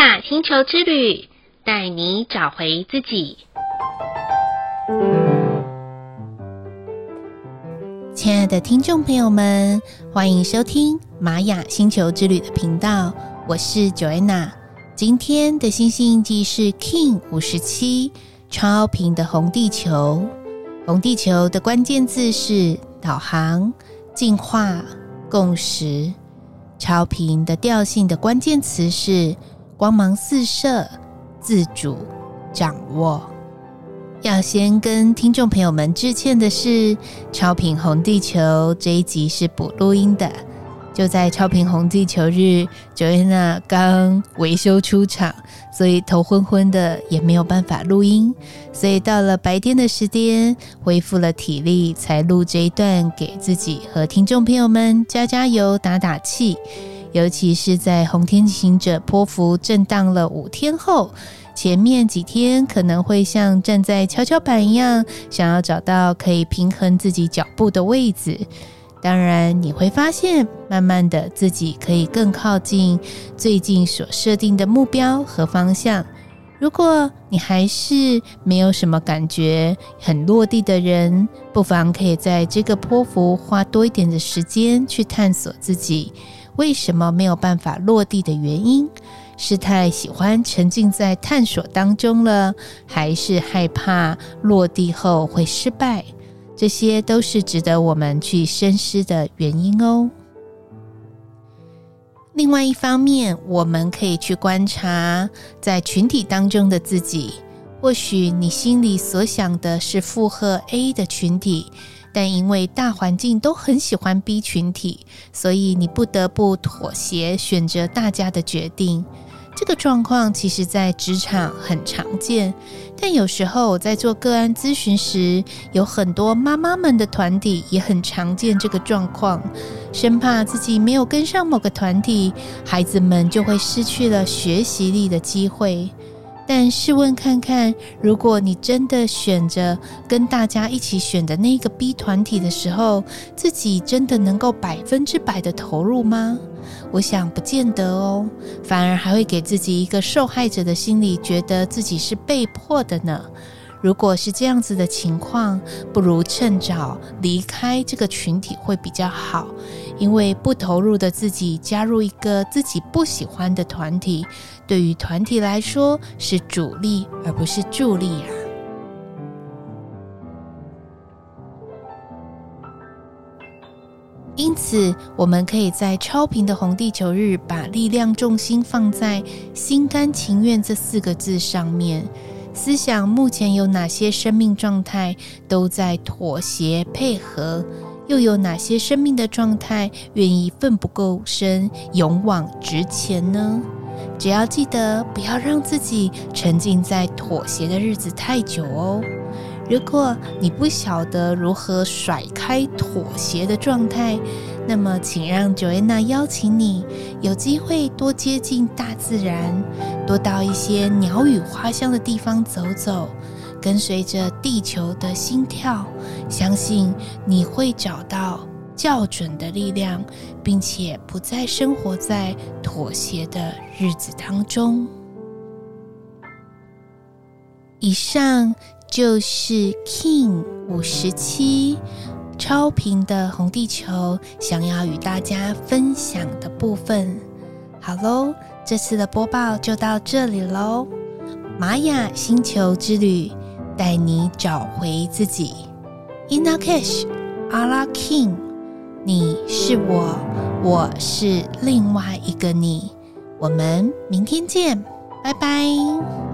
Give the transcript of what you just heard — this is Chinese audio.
雅星球之旅，带你找回自己。 亲爱的听众朋友们，欢迎收听玛雅星球之旅的频道，我是 Joanna。 今天的星星印记是 King 57超频的红地球。红地球的关键字是导航、进化、共识。超频的调性的关键词是光芒四射、自主、掌握。要先跟听众朋友们致歉的是，超频红地球这一集是补录音的，就在超频红地球日 Joanna 刚维修出场，所以头昏昏的也没有办法录音，所以到了白天的时间恢复了体力，才录这一段给自己和听众朋友们加加油打打气。尤其是在红天行者波符震荡了5天后，前面几天可能会像站在跷跷板一样，想要找到可以平衡自己脚步的位置。当然你会发现慢慢的自己可以更靠近最近所设定的目标和方向。如果你还是没有什么感觉很落地的人，不妨可以在这个波符花多一点的时间去探索自己为什么没有办法落地的原因，是太喜欢沉浸在探索当中了，还是害怕落地后会失败？这些都是值得我们去深思的原因哦。另外一方面，我们可以去观察在群体当中的自己，或许你心里所想的是附和 A 的群体，但因为大环境都很喜欢 B 群体，所以你不得不妥协，选择大家的决定。这个状况其实在职场很常见，但有时候我在做个案咨询时，有很多妈妈们的团体也很常见这个状况，生怕自己没有跟上某个团体，孩子们就会失去了学习力的机会。但试问看看，如果你真的选着跟大家一起选的那个 B 团体的时候，自己真的能够100%的投入吗？我想不见得哦，反而还会给自己一个受害者的心理，觉得自己是被迫的呢。如果是这样子的情况，不如趁早离开这个群体会比较好，因为不投入的自己加入一个自己不喜欢的团体，对于团体来说是阻力而不是助力啊。因此我们可以在超频的红地球日把力量重心放在心甘情愿这4个字上面，思想目前有哪些生命状态都在妥协配合，又有哪些生命的状态愿意奋不顾身勇往直前呢？只要记得不要让自己沉浸在妥协的日子太久哦。如果你不晓得如何甩开妥协的状态，那么请让 Joanna 邀请你有机会多接近大自然，多到一些鸟语花香的地方走走，跟随着地球的心跳，相信你会找到校准的力量，并且不再生活在妥协的日子当中。以上就是 King 57超频的红地球想要与大家分享的部分。好咯，这次的播报就到这里咯。玛雅星球之旅，带你找回自己。 Ina Kesh Ala King， 你是我，我是另外一个你。我们明天见，拜拜。